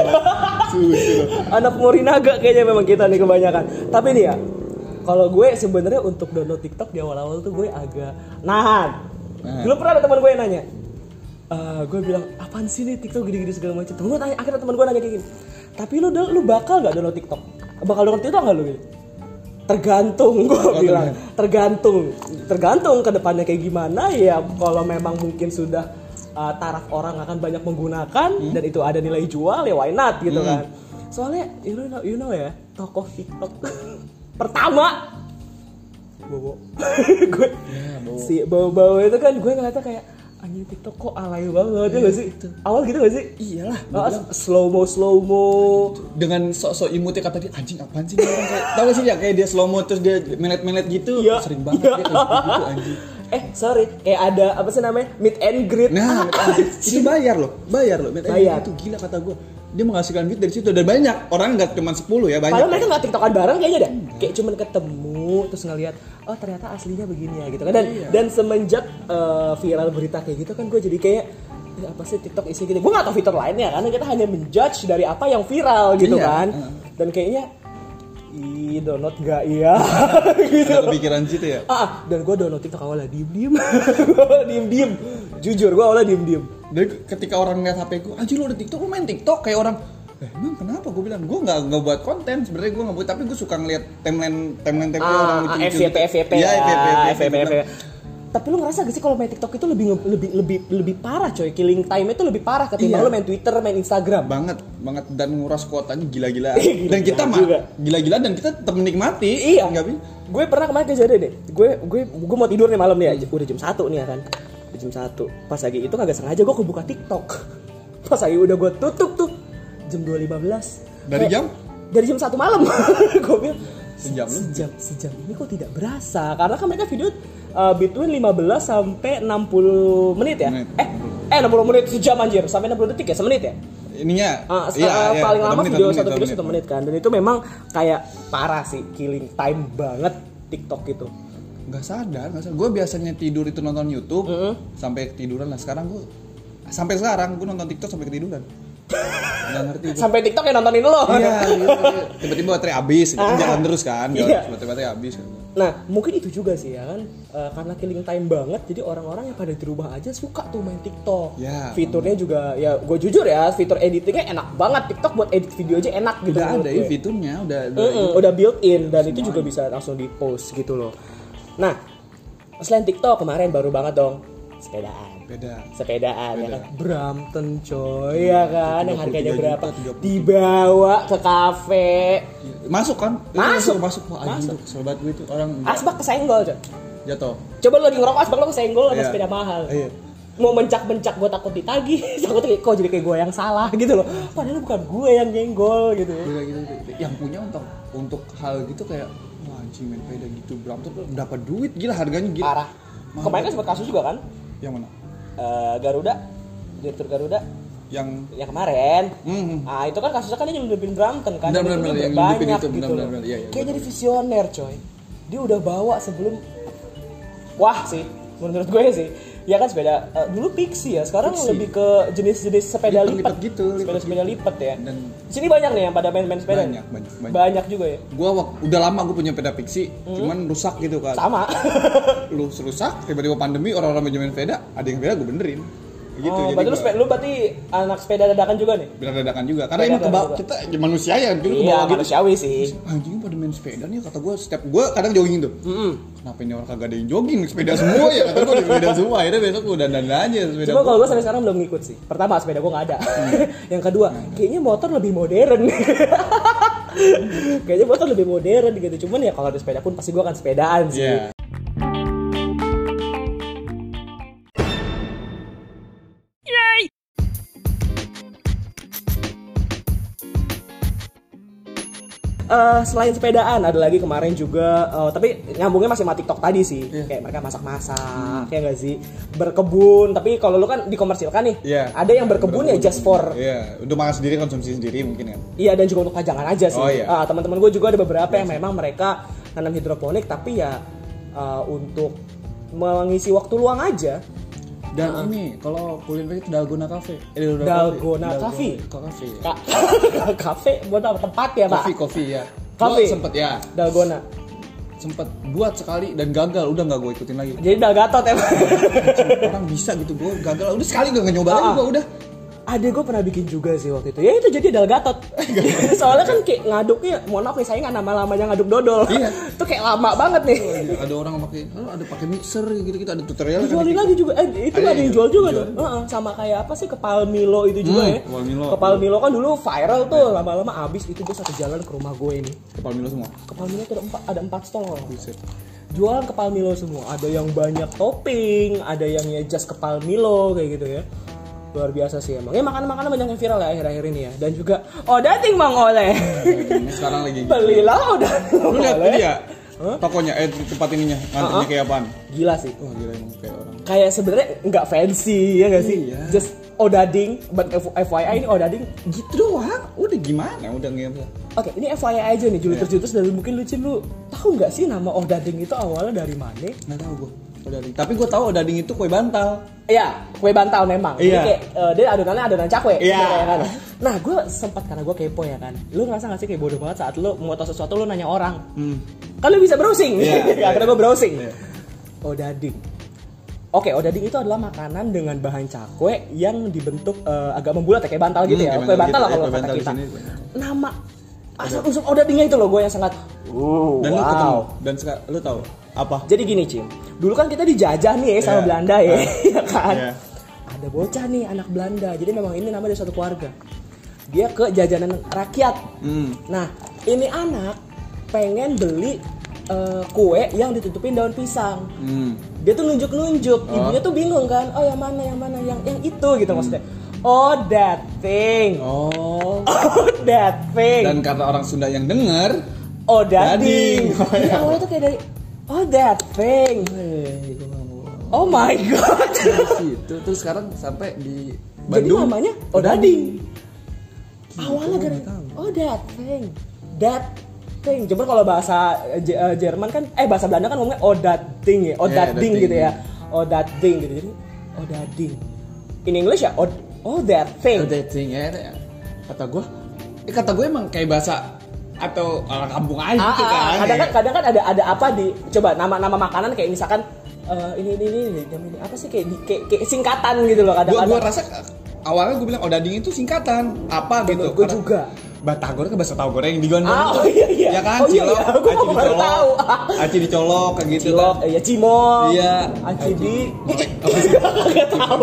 Anak Morinaga kayaknya memang kita nih kebanyakan. Tapi nih ya, kalau gue sebenarnya untuk download TikTok di awal-awal tuh gue agak nahan. Nah. Dulu pernah ada teman gue yang nanya. Uh, gue bilang apaan sih nih TikTok gini-gini segala macam. Gue tanya, akhirnya teman gue nanya kayak gini. Tapi lu lu bakal nggak download TikTok? Bakal download TikTok nggak lu? Gitu? Tergantung, gue oh, bilang. Tergantung, tergantung ke depannya kayak gimana ya. Kalau memang mungkin sudah uh, taraf orang akan banyak menggunakan hmm. dan itu ada nilai jual ya why not gitu hmm. kan? Soalnya you know, you know ya tokoh TikTok pertama Bobo, gue yeah, Bobo. Si Bobo itu kan gue ngeliatnya kayak anjing TikTok kok alay banget ya gak sih? Itu. Awal gitu gak sih? Iyalah. Oh, slow mo slow mo dengan sok-sok imutnya kata dia anjing apaan sih orang kayak tahu gak sih ya kayak dia slow mo terus dia melet-melet gitu ya. Sering banget ya. Dia kayak gitu anjing. Eh sorry kayak ada apa sih namanya meet and greet. Nah ah, itu bayar loh, bayar loh meet and greet itu gila kata gue. Dia menghasilkan duit dari situ dan banyak orang nggak cuma sepuluh ya banyak. Padahal mereka nggak tiktokan bareng kayaknya dah. Hmm. Kayak cuman ketemu terus ngeliat oh ternyata aslinya begini ya gitu kan dan iya. dan semenjak uh, viral berita kayak gitu kan gue jadi kayak ya apa sih TikTok isi gitu. Gue nggak tahu fitur lainnya karena kita hanya menjudge dari apa yang viral gitu iya. kan. Uh. Dan kayaknya ih download nggak iya gitu. Ada kepikiran situ ya. Ah dan gue download TikTok awalnya diem diem, diem diem. Jujur gue awalnya diem diem. Dan ketika orang ngeliat H P gue, anjir lu ada TikTok, lu main TikTok kayak orang. Eh, emang kenapa? Gue bilang, gue nggak nggak buat konten sebenarnya gue nggak buat, tapi gue suka ngeliat timeline timeline timeline ah, orang lucu. F Y P F Y P ya, F Y P F Y P. Tapi lu ngerasa gak sih kalau main TikTok itu lebih lebih lebih lebih parah coy, killing time itu lebih parah ketimbang iya. lu main Twitter, main Instagram. Banget, banget dan nguras kuotanya gila-gila. Dan kita mah gila-gila dan kita tetap menikmati. Iya. Gue pernah kemarin kejadian deh. Gue gue gue mau tidur nih malam nih ya. Udah jam satu nih ya kan. Jam satu. Pas lagi itu kagak sengaja gue kebuka TikTok. Pas lagi udah gue tutup tuh jam dua lima belas. Dari eh, jam? Dari jam satu malam. Gue bilang sejam sejam sejam ini kok tidak berasa karena kan mereka video uh, between lima belas sampai enam puluh menit ya. Menit. Eh eh enam puluh menit sejam anjir sampai enam puluh detik ya semenit ya. Ininya uh, iya, uh, iya, paling lama menit, video satu video satu menit kan dan itu memang kayak parah sih killing time banget TikTok itu. Nggak sadar, nggak sadar. Gue biasanya tidur itu nonton YouTube mm-hmm. sampai ketiduran lah. Sekarang gue sampai sekarang gue nonton TikTok sampai ketiduran. Nggak ngerti gue. Sampai TikTok yang nontonin lo. Iya, gitu, tiba-tiba baterai habis, ah. Jalan terus kan, jalan, iya. Baterai habis kan. Nah, mungkin itu juga sih ya kan, uh, karena killing time banget, jadi orang-orang yang pada di rumah aja suka tuh main TikTok. Ya, fiturnya um. juga, ya gue jujur ya, fitur editingnya enak banget. TikTok buat edit video aja enak gitu. Udah ada ya fiturnya, udah udah, mm-hmm, udah built in dan Semua. Itu juga bisa langsung di post gitu loh. Nah, selain TikTok kemarin baru banget dong sepedaan. Sepeda. Sepedaan Sepeda. ya kan. Brampton coy ya kan, yang harganya berapa? Juta, dibawa ke kafe. Masuk kan? Masuk, ya, masuk. Wah, anjing tuh sobat gue itu orang asbak kesenggol, coy. Jatuh. Coba lu lagi ngerokok asbak lu kesenggol sama iya. sepeda mahal. Iya. Mau mencak-mencak gue takut ditagih, takut kok jadi kayak gue yang salah gitu loh. Padahal bukan gue yang nyenggol gitu. Gila, gitu, gitu. Yang punya untuk untuk hal gitu kayak wah anjing main sepeda gitu Brampton berapa duit gila harganya gila. Parah. Kemarin kan sempat kasus juga kan? Yang mana? Uh, Garuda, direktur Garuda yang yang kemarin. Mm-hmm. Nah, itu kan kasusnya kan dia nyelundupin Brampton kan. Benar-benar yang banyak itu, gitu. Benar-benar iya, iya, kayak jadi visioner, coy. Dia udah bawa sebelum wah sih, menurut gue sih. Ya kan sepeda uh, dulu Pixie ya, sekarang Pixie. Lebih ke jenis-jenis sepeda lipat, lipat gitu, sepeda-sepeda lipat ya. Dan sini banyak nih yang pada main-main sepeda. Banyak, banyak, banyak. Banyak juga ya. Gua udah lama gue punya sepeda Pixie, hmm. cuman rusak gitu kan. Sama. Lu rusak, tiba-tiba pandemi orang-orang main sepeda, ada yang sepeda gue benerin. Gitu, oh, berarti lu, sepeda, lu berarti anak sepeda dadakan juga nih? Sepeda dadakan juga, karena emang keba kita manusia ya, iya, kebawa manusiawi gitu. Sih. Anjing pada main sepeda nih, kata gue setiap gue kadang jogging tuh. Mm-hmm. Kenapa ini orang kagak ada yang jogging, sepeda semua ya, kata gue sepeda semua, akhirnya besok gue dandan aja sepeda. Cuma kalau gue sampai sekarang belum ngikut sih. Pertama sepeda gue nggak ada. Hmm. Yang kedua, kayaknya motor lebih modern. Kayaknya motor lebih modern gitu. Cuman ya kalau ada sepeda pun pasti gue akan sepedaan sih. Yeah. Uh, selain sepedaan ada lagi kemarin juga uh, tapi nyambungnya masih sama TikTok tadi sih, yeah. Kayak mereka masak-masak, hmm. kayak nggak sih, berkebun. Tapi kalau lu kan dikomersilkan nih, yeah. Ada yang berkebun, berkebun ya just for, yeah. Udah makan sendiri, konsumsi sendiri mungkin kan. Iya, dan juga untuk pajangan aja sih. Oh, yeah. uh, teman-teman gue juga ada beberapa yeah. yang memang mereka nanam hidroponik tapi ya uh, untuk mengisi waktu luang aja. Dan uh-huh. ini kalau kuliner itu Dalgona Cafe. Eh, Dalgona Cafe. Cafe. Cafe buat apa tempat ya, Pak? Coffee, coffee ya. Cafe. Sempet ya. Dalgona. Sempet buat sekali dan gagal, udah nggak gue ikutin lagi. Jadi Dalgatot ya. Orang bisa gitu, gue gagal. Udah sekali udah nggak nyoba lagi, gue udah. Ada gue pernah bikin juga sih waktu itu. Ya itu jadi Dalgatot. Soalnya kan kayak ngaduknya, mohon maaf nih saya nggak nama-namanya ngaduk dodol. Iya. Itu kayak lama banget nih. Oh, ada orang pakai, oh, ada pakai mixer gitu-gitu, ada tutorial. Jualin lagi juga. Eh, itu ada yang jual juga tuh. Uh-uh, sama kayak apa sih kepal Milo itu juga hmm, ya. Kepal Milo. Kepal Milo kan dulu viral tuh, lama-lama abis itu gue satu jalan ke rumah gue ini. Kepal Milo semua. Kepal Milo tuh ada empat, ada empat stall loh. Jualan kepal Milo semua. Ada yang banyak topping, ada yang ya just kepal Milo kayak gitu ya. Luar biasa sih emang. Ya makanan-makanan banyak yang viral ya akhir-akhir ini ya. Dan juga odating Mang Oleh. Ini sekarang lagi gitu. Belilah odating Mang Oleh. Lu lihat dia. Huh? Tokonya eh tempat ininya, ngantrinya uh-huh. kayak apaan? Gila sih. Oh, gila emang kayak orang. Kayak sebenarnya enggak fancy ya enggak sih? Iya. Just odading, but F Y I ini odading gitu doang. Udah gimana? Udah ngerti. Oke, ini F Y I aja nih, julitus-julitus dari mungkin lu Cin, lu tahu enggak sih nama odading itu awalnya dari mana? Enggak tahu gua. Odading. Tapi gue tahu odading itu kue bantal. Iya, kue bantal memang. Iya. Jadi kayak uh, dia adonannya adonan cakwe. Iya. Ya kan? Nah, gue sempat karena gue kepo ya kan. Lu ngerasa nggak sih kayak bodoh banget saat lu mau tahu sesuatu lu nanya orang. Hmm. Kan lu bisa browsing. Iya. Yeah, akhirnya gue browsing. Yeah. Odading. Oke, odading itu adalah makanan dengan bahan cakwe yang dibentuk uh, agak membulat ya, kayak bantal gitu hmm, ya. Kue bantal lah gitu, kalau kata kita. Nama asal usul odadingnya itu loh gue yang sangat. Uh, dan wow. lu ketemu dan sekarang lu tahu apa? Jadi gini, Cim. Dulu kan kita dijajah nih ya sama yeah. Belanda ya, uh, ya kan? Yeah. Ada bocah nih anak Belanda. Jadi memang ini nama dari suatu keluarga. Dia ke jajanan rakyat. Mm. Nah, ini anak pengen beli uh, kue yang ditutupin daun pisang. Mm. Dia tuh nunjuk-nunjuk. Oh. Ibunya tuh bingung kan. Oh, yang mana, yang mana, yang yang itu gitu mm. maksudnya. Oh, that thing. Oh. Oh, that thing. Dan karena orang Sunda yang denger, oh, dading. Oh, jadi ya. Awalnya tuh kayak dari oh, that thing. Hey, oh my god. Itu terus sekarang sampai di Bandung. Jadi namanya odading. Awalnya kan oh, that thing. That thing. Coba kalau bahasa uh, Jerman kan eh bahasa Belanda kan ngomongnya odading ya. Odading yeah, gitu ya. Odading gitu. Jadi odading. In English ya oh, oh that thing. Oh, that thing ya. Kata gue, eh, kata gue emang kayak bahasa atau orang kampung aja ah, gitu ah, kan. kadang kan kadang kan ada ada apa di coba nama-nama makanan kayak misalkan uh, ini ini ini ini jam ini apa sih kayak, di, kayak kayak singkatan gitu loh kadang-kadang. Gua gua rasa awalnya gue bilang odading itu singkatan apa gitu. Gue juga. Batagor kan bahasa tahu goreng di Gondang. Ah, oh iya iya. Ya kan, oh, iya, cilok, iya. Gua aci baru tahu. Aci dicolok kayak gitu cilok, kan. ya cimol. Iya, aci di enggak tahu.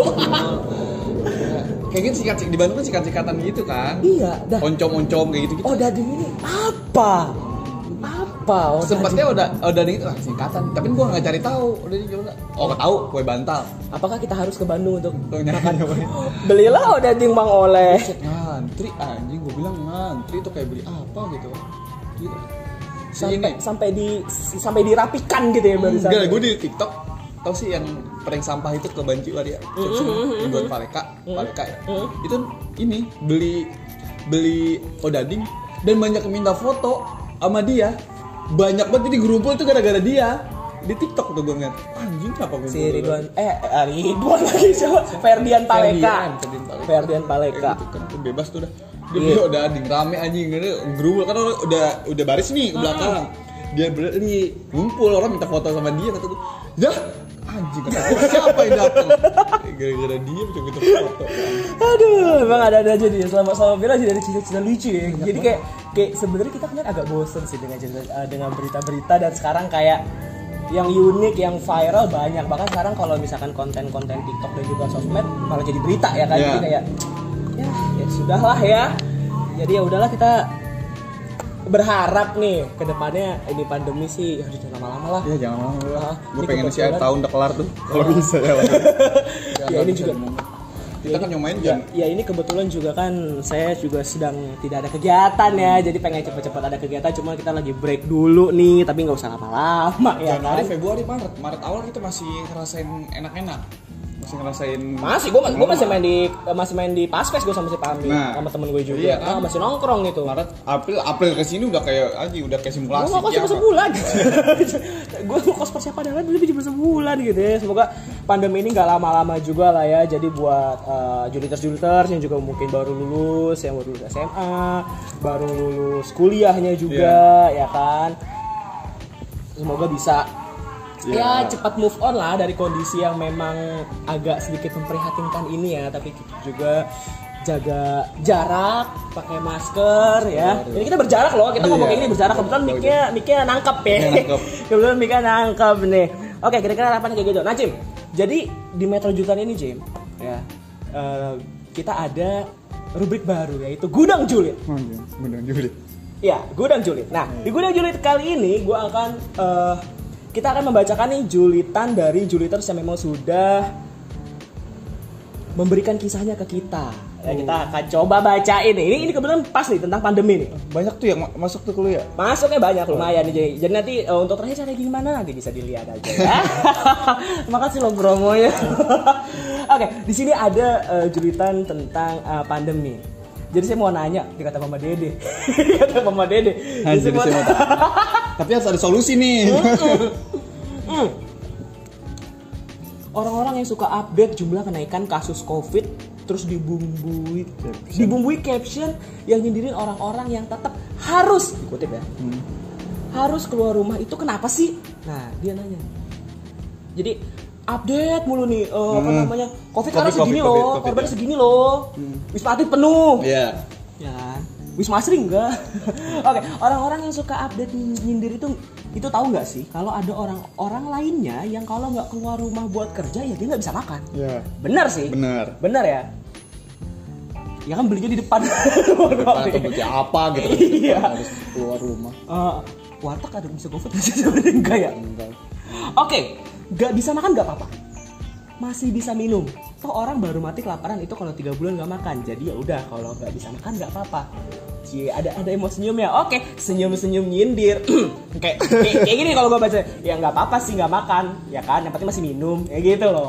Kayak gitu sikat di Bandung kan sikat-sikatan gitu kan. Iya, dah. Oncom-oncom kayak gitu-gitu. Oh, dading ini apa? Apa? Oh, sempatnya udah odading itu ah, singkatan, tapi gua enggak cari tahu. Odading gimana? Oh, enggak tahu, kue bantal. Apakah kita harus ke Bandung untuk Tuh, makan? Belilah odading Bang Oleh. Ngantri anjing, gua bilang ngantri itu kayak beli apa gitu. Gitu. Sampai ini. sampai di sampai dirapikan gitu ya barusan. Enggak, gua di TikTok tau sih yang prank sampah itu ke Banci Waria. Yang buat Paleka, Paleka ya. Itu ini beli beli odading dan banyak yang minta foto sama dia. Banyak banget jadi gerumpul itu gara-gara dia. Di TikTok tuh gue ngeliat, anjing kenapa gue si Ridwan eh, eh Ridwan lagi coba Ferdian Paleka. Ferdian Paleka. Gitu kan tuh bebas tuh udah. Dia beli odading rame anjing, gerumpul kan udah udah baris nih ke belakang. Dia beli ngumpul orang minta foto sama dia kata gue. Dah anjing kata siapa yang datang? Gara-gara dia bisa minta foto. Aduh, emang ada-ada aja dia. Selama selama Vira jadi ada cerita-cerita lucu ya. Banyak jadi kayak kayak sebenarnya kita kan agak bosen sih dengan cerita uh, dengan berita-berita dan sekarang kayak yang unik, yang viral banyak. Bahkan sekarang kalau misalkan konten-konten TikTok dan juga sosmed malah jadi berita ya kan. Yeah. Jadi kayak ya ya sudahlah ya. Jadi ya udahlah kita berharap nih ke depannya ini pandemi sih harus jangan lama-lama lah. Iya jangan lama-lama lah. Gue Ini pengen sih kebetulan- tahun udah kelar tuh. Kalau bisa ya. Ya ini juga kita kan nyomain ya, jam. ya ini kebetulan juga kan saya juga sedang tidak ada kegiatan ya, jadi pengen cepet-cepet ada kegiatan, cuma kita lagi break dulu nih, tapi nggak usah lama-lama ya Januari, kan. Februari, Maret, Maret awal kita masih ngerasain enak-enak, masih ngerasain. Masih, gue gue masih main di masih main di Paspes gue sama si Pambi, Nah, sama temen gue juga, iya kan? ah, masih nongkrong gitu. Maret, April, April kesini udah kayak aja udah kayak simulasi. Gue mau kos cuma sebulan, gue mau kos persiapan dalam lebih cuma sebulan gitu ya. Semoga pandemi ini nggak lama-lama juga lah ya. Jadi buat uh, juliters-juliters yang juga mungkin baru lulus, yang baru lulus S M A, baru lulus kuliahnya juga, yeah. Ya kan. Semoga bisa yeah. ya cepat move on lah dari kondisi yang memang agak sedikit memprihatinkan ini ya. Tapi juga jaga jarak, pakai masker ya. Ini kita berjarak loh, kita ngomong kayak gini berjarak. Kebetulan mic-nya mic-nya nangkep ya. Kebetulan mic-nya nangkep nih. Oke, kira-kira harapan kayak gitu. Nah, Jim. Jadi di Metro Julitan ini, Jim, ya. Uh, kita ada rubrik baru yaitu Gudang Julid. Oh, iya. Gudang Julid. Ya, Gudang Julid. Nah, di Gudang Julid kali ini gue akan uh, kita akan membacakan nih julitan dari juliters yang memang sudah memberikan kisahnya ke kita. Ya, kita akan coba bacain nih. Ini ini kebetulan pas nih tentang pandemi nih. Banyak tuh yang masuk tuh ke lu ya? Masuknya banyak lumayan nih. Jadi, jadi nanti uh, untuk terakhir cara gimana nanti bisa dilihat aja ya. Makasih lo promonya. Oke, di sini ada uh, julitan tentang uh, pandemi. Jadi saya mau nanya, dikata Mama Dede. Dikata Mama Dede. Anjir, saya mau tapi harus ada solusi nih. Hmm. Orang-orang yang suka update jumlah kenaikan kasus Covid terus dibumbui caption. dibumbui caption yang nyindirin orang-orang yang tetap harus dikutip ya. Hmm. Harus keluar rumah itu kenapa sih? Nah, dia nanya. Jadi update mulu nih uh, hmm. apa namanya? Covid sekarang segini COVID, loh, korbannya ya. segini loh. Hmm. Wisma Atlet penuh. Iya. Yeah. Ya kan? Wisma Asri enggak. Oke, okay. Orang-orang yang suka update nyindir itu itu tahu nggak sih kalau ada orang-orang lainnya yang kalau nggak keluar rumah buat kerja ya dia nggak bisa makan. Iya. Benar sih. Benar. Benar ya. Ya kan belinya di depan. Depan atau beli apa gitu. Iya. Harus keluar rumah. Uh, warteg ada bisa Covid nggak sih sebenarnya enggak ya? Enggak. Oke, okay. Nggak bisa makan nggak apa-apa. Masih bisa minum. Toh orang baru mati kelaparan itu kalau tiga bulan nggak makan. Jadi ya udah kalau nggak bisa makan nggak apa-apa. Cie, ada ada emosi senyum ya. Oke, senyum-senyum nyindir. kayak, kayak kayak gini kalau gue baca. Ya nggak apa-apa sih nggak makan, ya kan? Yang penting masih minum, ya gitu loh.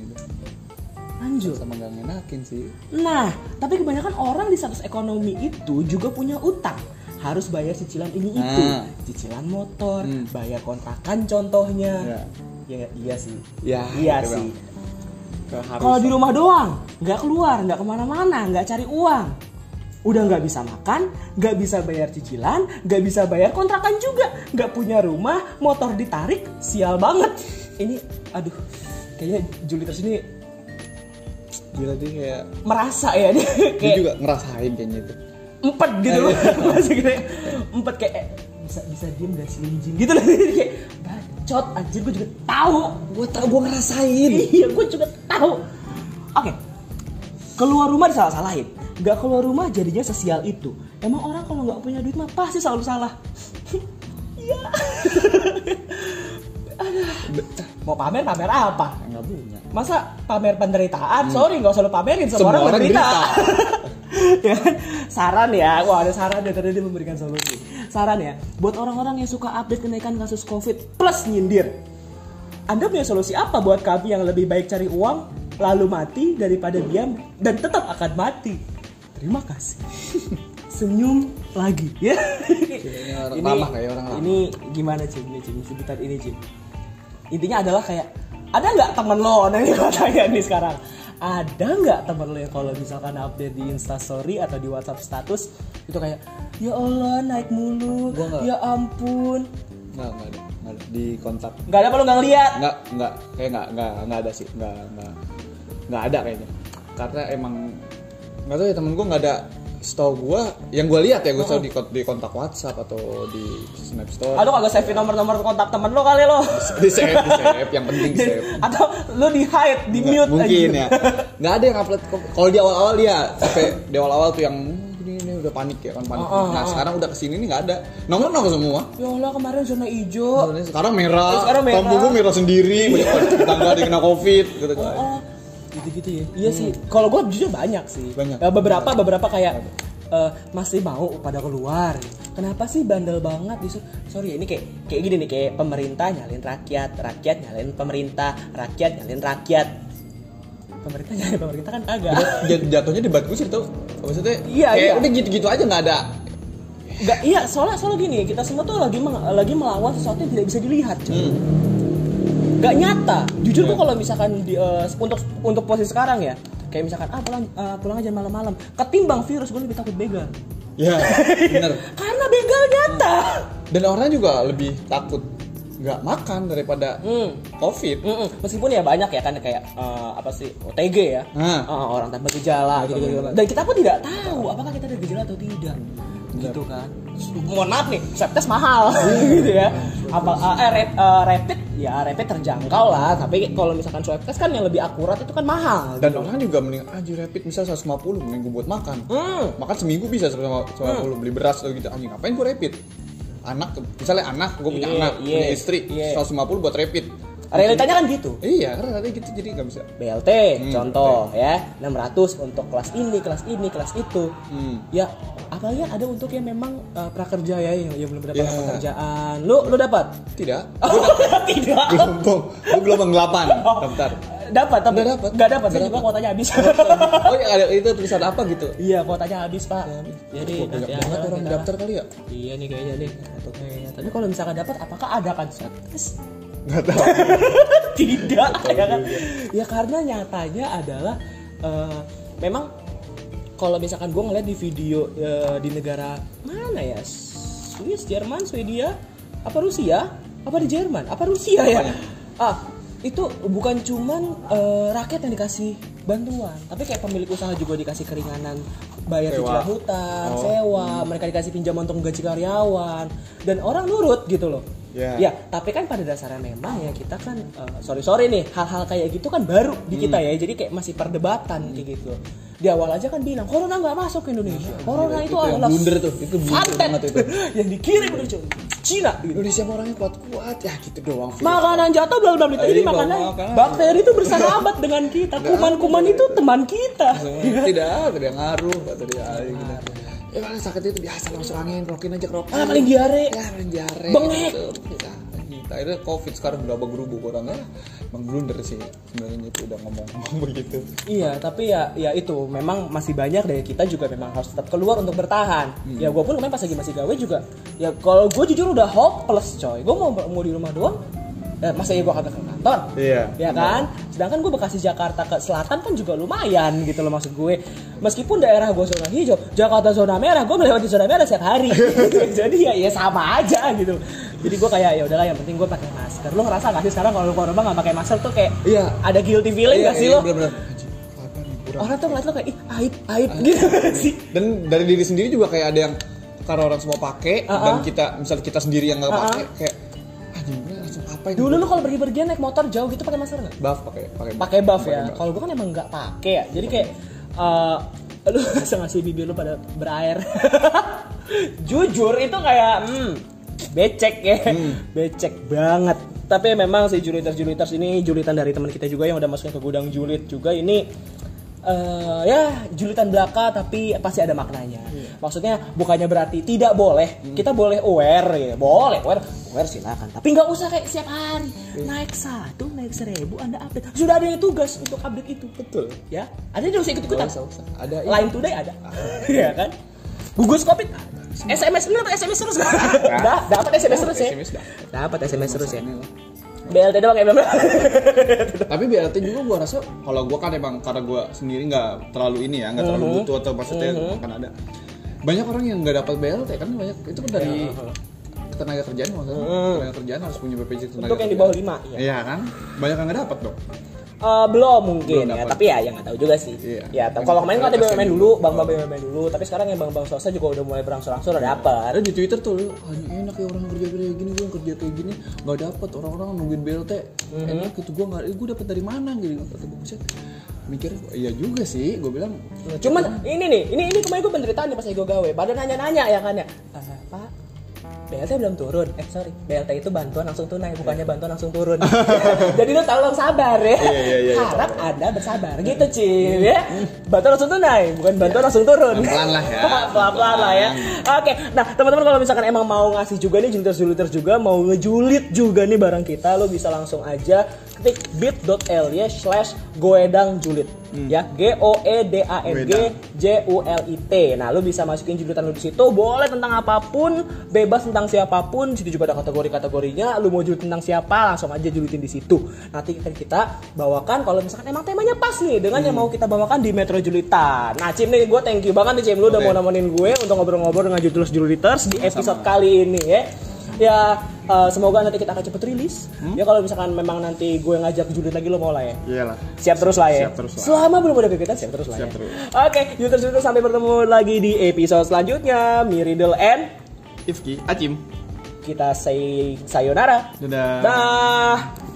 Lanjut. Sama nggak ngenakin sih. Nah, tapi kebanyakan orang di status ekonomi itu juga punya utang. Harus bayar cicilan ini itu, nah. Cicilan motor, hmm. bayar kontrakan contohnya. Ya, ya iya sih. Ya, iya sih. Kalau di rumah doang, nggak keluar, nggak kemana-mana, nggak cari uang. udah nggak bisa makan, nggak bisa bayar cicilan, nggak bisa bayar kontrakan juga, nggak punya rumah, motor ditarik, sial banget. Ini, aduh, kayaknya Julius ini gila dia kayak merasa ya dia dia kayak juga ngerasain kayaknya itu. Empat gitu loh, masih gitu, empat kayak eh, bisa bisa diem gak sih anjing gitu loh, kayak bacot anjir, gue juga tahu, Gue tau, gue ngerasain. iya gue juga tahu. Oke, keluar rumah disalah-salahin, nggak keluar rumah jadinya sesial itu. Emang orang kalau nggak punya duit mah pasti selalu salah. Iya. Mau pamer pamer apa? Nggak punya. Masa pamer penderitaan? Sorry, nggak usah lu pamerin, semua, Semua orang orang menderita. derita. Ya kan? Saran ya, wah ada saran ya, tadi dia memberikan solusi. Saran ya, buat orang-orang yang suka update kenaikan kasus COVID plus nyindir. Anda punya solusi apa buat kami yang lebih baik cari uang lalu mati daripada diam dan tetap akan mati? Terima kasih. Senyum lagi ya. Orang ramah kayak orang ramah. Ini gimana Cim? Ini Cim, sebentar ini Cim. Intinya adalah kayak, ada nggak temen lo? Nah ini gue tanya nih sekarang. Ada nggak temen lo yang kalau misalkan update di Instastory atau di WhatsApp status itu kayak, ya Allah naik mulu, ya ampun. Nggak, nggak ada, nggak ada di kontak. Nggak ada, apa lo nggak ngeliat? Nggak, nggak, kayak nggak, nggak, nggak ada sih, nggak, nggak, nggak ada kayaknya. Karena emang nggak tahu ya, temen gue nggak ada. Setahu gue, yang gue lihat ya, gue selalu di, di kontak WhatsApp atau di Snap Story. Atau kagak save nomor-nomor kontak temen lo kali lo? Di save, di save, yang penting di save. Atau lo di hide, di mute mungkin aja. Ya. Nggak ada yang upload. Kalau di awal-awal dia, sampai di awal-awal tuh yang ini, ini udah panik ya kan panik. Oh, oh, nah oh. sekarang udah kesini nih nggak ada. Nomor nomor semua. Ya Allah, kemarin zona hijau. Sekarang merah. Sekarang merah. Kampung gue merah sendiri. Banyak tetangga ada yang kena COVID. Gitu. Oh, oh. Gitu-gitu ya. Iya hmm. sih. Kalau gue jujur banyak sih. Banyak. Ya, beberapa beberapa kayak uh, masih mau pada keluar. Kenapa sih bandel banget disuruh? Sorry, ini kayak kayak gini nih, kayak pemerintah nyalin rakyat, rakyat nyalin pemerintah, rakyat nyalin rakyat. Pemerintah nyalin pemerintah kan agak. Jatuhnya debat gue sih tuh. Maksudnya iya, kayak iya. udah gitu-gitu aja nggak ada. Nggak, iya, soalnya soalnya gini, kita semua tuh lagi meng, lagi melawan sesuatu yang tidak bisa dilihat, coy. Hmm. Gak nyata. Jujur yeah. Gue kalau misalkan di, uh, untuk untuk posisi sekarang ya, kayak misalkan ah pulang uh, pulang aja malam-malam, ketimbang virus gue lebih takut begal. Ya, bener. Karena begal nyata. Dan orang juga lebih takut nggak makan daripada hmm. COVID. Mm-mm. Meskipun ya banyak ya kan kayak uh, apa sih O T G ya, nah. uh, orang tanpa gejala gitu, gitu, gitu. Dan kita pun tidak tahu apakah kita ada gejala atau tidak. Gitu kan. Mohon maaf nih, swab test mahal gitu ya. Apa uh, eh, rap, uh, rapid ya rapid terjangkau lah, tapi kalau misalkan swab test kan yang lebih akurat itu kan mahal. Dan gitu. orang juga mending aja rapid misalnya seratus lima puluh mending gue buat makan. Hmm. Makan seminggu bisa seratus lima puluh hmm. beli beras atau gitu. Anjing ngapain gue rapid? Anak misalnya anak, gue punya yeah, anak, yeah, punya istri, yeah. seratus lima puluh buat rapid. Realitanya kan gitu. Iya, realitanya gitu, jadi nggak bisa. B L T hmm, contoh betul. Ya enam ratus untuk kelas ini, kelas ini, kelas itu. Hmm. Ya apalagi ada untuk yang memang uh, prakerja ya yang, yang belum mendapatkan yeah. pekerjaan. Lu lu dapat? Tidak. Oh, tidak. Belum, gue belum delapan daftar. Dapat, tapi enggak dapat. Enggak dapat, saya juga kuotanya habis. Oh, ya ada itu tulisan apa gitu? Iya, kuotanya habis, Pak. Ya, jadi oh, banyak banget orang kita... daftar kali ya? Iya nih kayaknya nih. Kayaknya. Tapi kalau misalkan dapat, apakah ada kan swab test? Nggak tahu. Tidak, ya kan? Ya karena nyatanya adalah uh, memang kalau misalkan gue ngeliat di video uh, di negara mana ya? Swiss, Jerman, Swedia, apa Rusia? Apa di Jerman? Apa Rusia ya? Ah, itu bukan cuman uh, rakyat yang dikasih bantuan, tapi kayak pemilik usaha juga dikasih keringanan bayar cicilan hutang, oh. sewa, hmm. mereka dikasih pinjaman untuk gaji karyawan, dan orang nurut gitu loh. Yeah. Ya, tapi kan pada dasarnya memang ya kita kan uh, sorry sorry nih hal-hal kayak gitu kan baru di kita hmm. ya, jadi kayak masih perdebatan hmm. kayak gitu. Di awal aja kan bilang corona nggak masuk ke Indonesia, nah, corona itu, itu adalah blunder tuh, itu blunder itu yang dikirim dari Cina. Gitu. Indonesia orangnya kuat-kuat ya gitu doang. Makanan jatuh belum belum itu, ini makanan bakteri itu bersahabat dengan kita, kuman-kuman itu teman kita. Tidak, tidak ngaruh, tidak gitu. Ya kalau sakit itu biasa langsung angin, rokin aja rokok. Ah, paling diare. Ya, paling diare. Bengek. Kita, kita itu COVID sekarang udah bergerubuk orangnya. Emang blunder sih sebenarnya itu udah ngomong-ngomong begitu. Iya, tapi ya ya itu memang masih banyak dari kita juga memang harus tetap keluar untuk bertahan. Hmm. Ya gue pun kemarin pas lagi masih gawe juga. Ya kalau gue jujur udah hopeless coy. Gue mau mau di rumah doang. Ya, masa ya gue kagak ke kantor? Iya. Ya kan? Sedangkan gue Bekasi Jakarta ke selatan kan juga lumayan gitu loh maksud gue. Meskipun daerah gue zona hijau, Jakarta zona merah, gue melewati zona merah setiap hari. Jadi ya ya sama aja gitu. Jadi gue kayak ya udahlah yang penting gue pakai masker. Lo ngerasa gak sih sekarang kalau keluar rumah nggak pakai masker tuh kayak Iya. ada guilty feeling Iya, gak sih iya, lo? Bener-bener. Anjing, apa nih, kurang. Orang tuh ngeliat lo kayak ih aib aib gitu sih. Dan dari diri sendiri juga kayak ada yang karena orang semua pakai Uh-uh. dan kita misalnya kita sendiri yang nggak Uh-uh. pakai kayak anjing gue langsung apa ini? Dulu lo kalau pergi-pergian naik motor jauh gitu pakai masker nggak? buff pakai pakai Pakai buff ya. buff. Kalau gue kan emang nggak pakai ya. Jadi kayak uh, lu bisa ngasih bibir lu pada berair. Jujur itu kayak hmm, becek ya. Hmm. Becek banget. Tapi memang si juliters-juliters ini julitan dari teman kita juga yang udah masukin ke gudang julid juga ini uh, ya julitan belaka tapi pasti ada maknanya. Yeah. Maksudnya bukannya berarti tidak boleh. Hmm. Kita boleh aware ya. Boleh aware. Aware silakan. Tapi nggak usah kayak setiap hari. Yeah. Naik satu, naik seribu, Anda update. Sudah ada yang tugas untuk update itu. Betul. Ya. Ada yang usah ikut-ikutan. Usah, usah. Ada Line Today ada. Iya kan? Gugus Covid. S M S ini dapat S M S terus kan? Dah, dapat S M S terus ya. Dapat S M S terus ya. B L T doang ya belum. Tapi B L T juga gua rasa kalau gua kan emang karena gua sendiri nggak terlalu ini ya, nggak terlalu Uh-huh. butuh atau maksudnya Uh-huh. kan ada banyak orang yang nggak dapat B L T kan banyak itu kan dari Uh-huh. tenaga kerjaan maksudnya Uh-huh. tenaga kerjaan harus punya B P J tenaga Untuk yang di bawah lima ya. Iya kan banyak yang nggak dapat dong. Uh, belum mungkin Belum ya, dapat. tapi ya yang nggak tahu juga sih. Iya. Ya, t- kalau kemarin kan ada B U M N dulu, Oh. bang-bang B U M N dulu, tapi sekarang yang bang-bang swasta juga udah mulai berangsur-angsur udah dapat. Ada di Twitter tuh, anjing enak ya orang kerja kayak gini, gue kerja kayak gini nggak dapat orang-orang nungguin B L T, Mm-hmm. enak gitu gue nggak, gue dapat dari mana gitu, kata gue buset, mikir, iya juga sih, gue bilang. Nah, cuman ini nih, ini ini kemarin gue penderitaan nih pas gue gawe, pada nanya-nanya ya kan ya, ah, Pak, B L T belum turun, eh sorry, B L T itu bantuan langsung tunai, bukannya bantuan langsung turun. Jadi lu tolong sabar ya, Iya, iya, iya. harap Anda bersabar gitu Cil ya, bantuan langsung tunai, bukan bantuan langsung turun. Pelan lah ya. Pelan-pelan lah ya. Oke, nah teman-teman kalau misalkan emang mau ngasih juga nih juliters-juliters juga, mau ngejulit juga nih barang kita, lo bisa langsung aja ketik bit.ly slash goedang julid hmm. ya, G O E D A N G J U L I T. Nah lo bisa masukin julitan lo di situ, boleh tentang apapun, bebas tentang siapapun. Di situ juga ada kategori-kategorinya. Lo mau julit tentang siapa, langsung aja julitin di situ. Nanti kita, kita bawakan kalau misalkan emang temanya pas nih dengan hmm. yang mau kita bawakan di Metro Julitan. Nah Cim nih, gue thank you banget nih Cim, lo udah okay. mau nemenin gue untuk ngobrol-ngobrol dengan juliters-juliters di episode Sama. kali ini ya. Ya uh, semoga nanti kita akan cepet rilis. Hmm? Ya kalau misalkan memang nanti gue ngajak julid lagi lo mau lah ya. Iyalah. Siap terus lah ya. Siap terus lah. Selama belum ada kegiatan siap terus lah. Siap ya. terus. Oke, juliters-juliters sampai bertemu lagi di episode selanjutnya. Miridel and Ifki, Acim. Kita say sayonara. Dadah. Dah.